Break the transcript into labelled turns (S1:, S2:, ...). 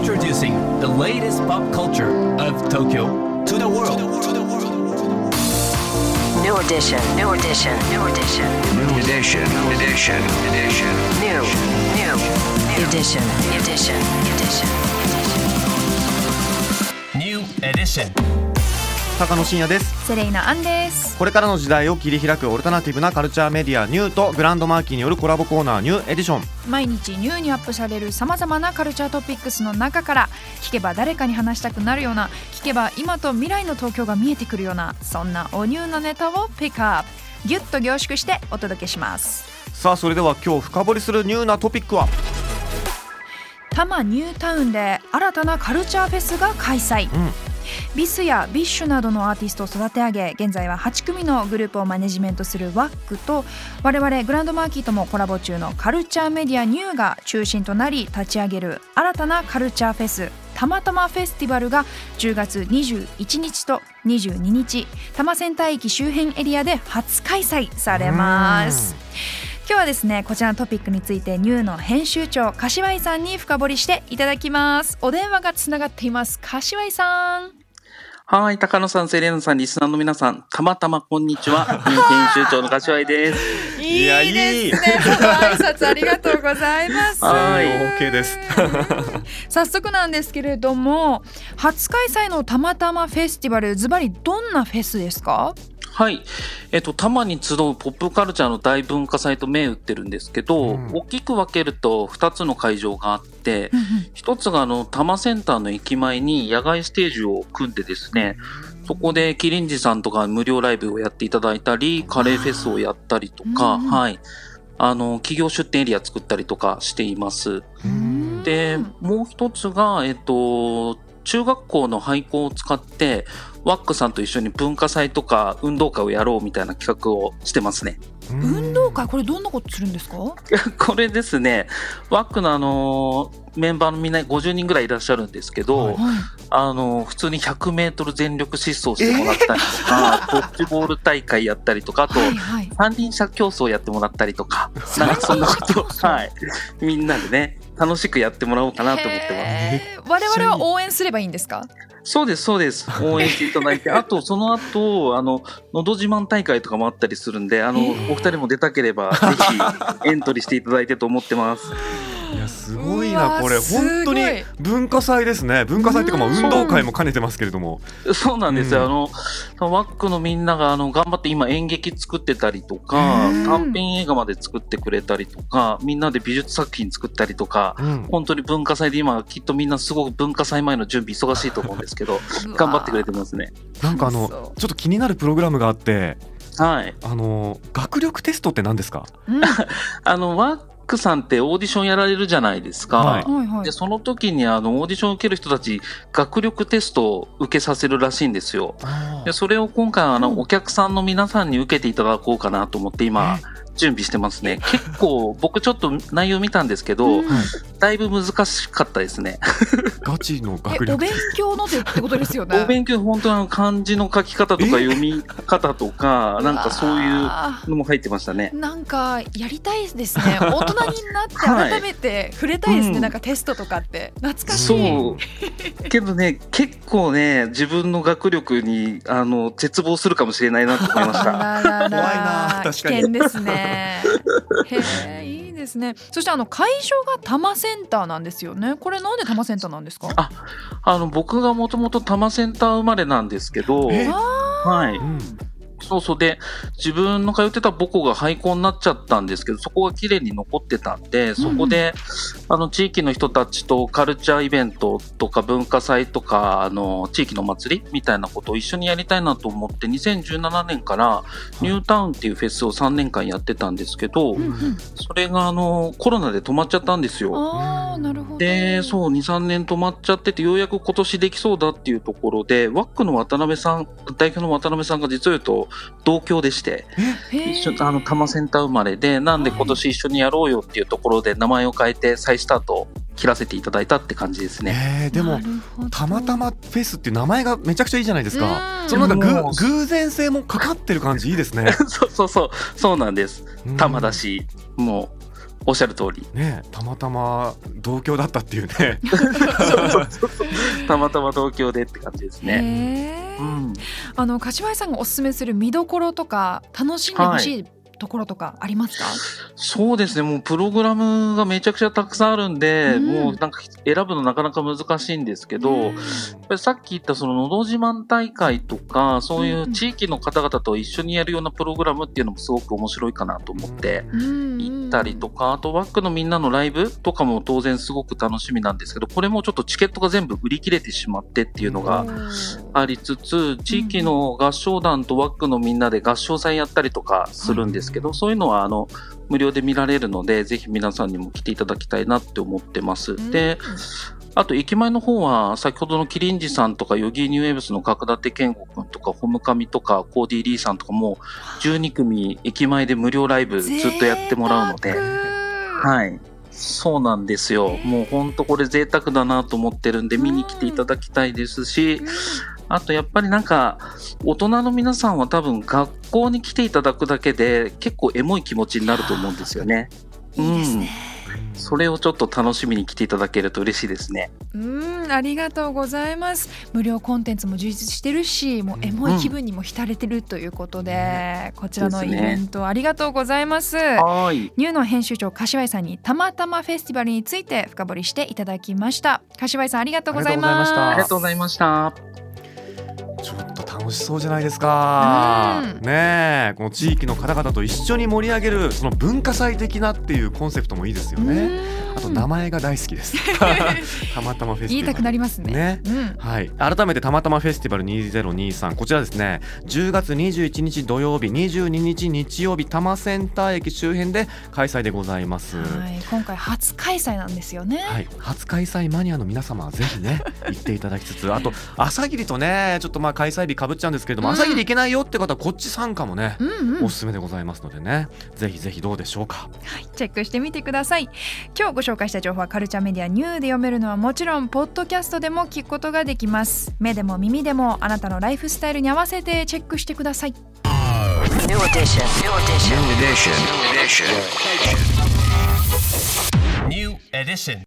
S1: Introducing the latest pop culture of Tokyo to the world.
S2: New edition, new edition, new edition,
S3: New edition, new edition, edition.
S2: new edition, edition, edition.
S1: New edition.
S4: 高野真也です。
S5: セレイナアンです。
S4: これからの時代を切り開くオルタナティブなカルチャーメディアニューとグランドマーキーによるコラボコーナーニューエディション。
S5: 毎日ニューにアップされるさまざまなカルチャートピックスの中から聞けば誰かに話したくなるような、聞けば今と未来の東京が見えてくるような、そんなおニューなネタをピックアップギュッと凝縮してお届けします。
S4: さあそれでは今日深掘りするニューなトピックは、
S5: 多摩ニュータウンで新たなカルチャーフェスが開催、ビスやビッシュなどのアーティストを育て上げ、現在は8組のグループをマネジメントするワックと、我々グランドマーキーともコラボ中のカルチャーメディアニューが中心となり立ち上げる新たなカルチャーフェス、たまたまフェスティバルが10月21日と22日多摩センター駅周辺エリアで初開催されます。今日はですね、こちらのトピックについてニューの編集長柏井さんに深掘りしていただきます。お電話がつながっています。柏井さん。
S6: はい、高野さん、セレーナさん、リスナーの皆さん、たまたまこんにちは。ニュー編集長の柏井です。
S5: いいですね。その挨拶ありがとうございます。
S6: はい、
S4: OK です。
S5: 早速なんですけれども、初開催のたまたまフェスティバル、ズバリどんなフェスですか？
S6: はい、多摩に集うポップカルチャーの大文化祭と銘打ってるんですけど、大きく分けると2つの会場があって、1つが多摩センターの駅前に野外ステージを組んでですね、そこでキリンジさんとか無料ライブをやっていただいたり、カレーフェスをやったりとか、はい、企業出店エリア作ったりとかしています。で、もう一つが、中学校の廃校を使ってワックさんと一緒に文化祭とか運動会をやろうみたいな企画をしてますね。
S5: 運動会、これどんなことするんですか？
S6: これですね、ワックのメンバーのみんな50人ぐらいいらっしゃるんですけど、普通に100メートル全力疾走してもらったりとか、ドッジボール大会やったりとか、あと、三輪車競争やってもらったりとか、なんかそんなことを、はい、みんなでね、楽しくやってもらおうかなと思ってます。
S5: 我々は応援すればいいんですか？
S6: そうです、そうです。応援していただいて、あと、その後、のど自慢大会とかもあったりするんで、お二人も出たければ、ぜひエントリーしていただいてと思ってます。
S4: いやすごいな、これ本当に文化祭ですね。文化祭っていうか、運動会も兼ねてますけれども。
S6: そうなんですよ。ワックのみんなが頑張って今演劇作ってたりとか、短編映画まで作ってくれたりとか、みんなで美術作品作ったりとか、本当に文化祭で今きっとみんなすごく文化祭前の準備忙しいと思うんですけど頑張ってくれてますね。
S4: なんかちょっと気になるプログラムがあって、
S6: はい、
S4: 学力テストって何ですか？
S6: ワックさんってオーディションやられるじゃないですか、でその時にオーディションを受ける人たち学力テストを受けさせるらしいんですよ。でそれを今回お客さんの皆さんに受けていただこうかなと思って今準備してますね。結構僕ちょっと内容見たんですけど、だいぶ難しかったですね。
S4: ガチの学力
S5: お勉強のってことですよね。
S6: お勉強、本当に漢字の書き方とか読み方とかなんかそういうのも入ってましたね。
S5: なんかやりたいですね。大人になって改めて触れたいですね、なんかテストとかって懐かしい。
S6: そうけどね、結構ね自分の学力に絶望するかもしれないなと思いました。
S4: 怖いな、確かに
S5: 危険ですね。へえ、いいですね。そして会場が多摩センターなんですよね。これなんで多摩センターなんですか？
S6: 僕がもともと多摩センター生まれなんですけど、はい、そうそう。で、自分の通ってた母校が廃校になっちゃったんですけど、そこが綺麗に残ってたんで、そこで、地域の人たちとカルチャーイベントとか文化祭とか、地域の祭りみたいなことを一緒にやりたいなと思って、2017年からニュータウンっていうフェスを3年間やってたんですけど、それがコロナで止まっちゃったんですよ。
S5: なるほど。
S6: で、そう、2、3年止まっちゃってて、ようやく今年できそうだっていうところで、ワックの渡辺さん、代表の渡辺さんが実を言うと、同郷でして、一緒多摩センター生まれで、なんで今年一緒にやろうよっていうところで名前を変えて再スタートを切らせていただいたって感じですね。
S4: でもたまたまフェスっていう名前がめちゃくちゃいいじゃないですか。そのなんか偶然性もかかってる感じいいですね。
S6: そうなんです。たまだし、もおっしゃる通り
S4: ね、たまたま同郷だったっていうね
S6: たまたま東京でって感じですね。
S5: 柏井さんがおすすめする見どころとか楽しんでほしいところとかありますか？
S6: そうですね、もうプログラムがめちゃくちゃたくさんあるんで、もうなんか選ぶのなかなか難しいんですけど、やっぱりさっき言ったそののど自慢大会とか、そういう地域の方々と一緒にやるようなプログラムっていうのもすごく面白いかなと思って行ったりとか、あとワックのみんなのライブとかも当然すごく楽しみなんですけど、これもちょっとチケットが全部売り切れてしまってっていうのがありつつ、地域の合唱団とワックのみんなで合唱祭やったりとかするんですけど、そういうのは無料で見られるので、ぜひ皆さんにも来ていただきたいなって思ってます。で、あと駅前の方は先ほどのキリンジさんとかヨギーニューウェーブスの角立健吾くんとかホムカミとかコーディーリーさんとかも12組駅前で無料ライブずっとやってもらうので、はい、そうなんですよ。もう本当これ贅沢だなと思ってるんで見に来ていただきたいですし、あとやっぱりなんか大人の皆さんは多分学校に来ていただくだけで結構エモい気持ちになると思うんですよね。いいですね。それをちょっと楽しみに来ていただけると嬉しいですね。
S5: ありがとうございます。無料コンテンツも充実してるし、もうエモい気分にも浸れてるということで、こちらのイベントありがとうございます。ニューの編集長柏井さんにたまたまフェスティバルについて深掘りしていただきました。柏井さんありがとうございます。
S6: ありがとうございました。
S4: ちょっと楽しそうじゃないですか。ねえ、この地域の方々と一緒に盛り上げるその文化祭的なっていうコンセプトもいいですよね。あと名前が大好きですたまたまフェスティバル
S5: 言いたくなりますね。
S4: はい、改めてたまたまフェスティバル2023、こちらですね、10月21日土曜日22日日曜日多摩センター駅周辺で開催でございます。
S5: 今回初開催なんですよね。
S4: はい、初開催マニアの皆様はぜひね行っていただきつつ、あと朝霧とねちょっと開催日かぶっちゃうんですけれども、朝霧行けないよって方はこっち参加もね、おすすめでございますのでね、ぜひぜひどうでしょうか。
S5: はい、チェックしてみてください。今日ご紹介した情報はカルチャーメディアニューで読めるのはもちろんポッドキャストでも聞くことができます。目でも耳でもあなたのライフスタイルに合わせてチェックしてください。
S2: New edition.
S3: New edition.
S1: New edition.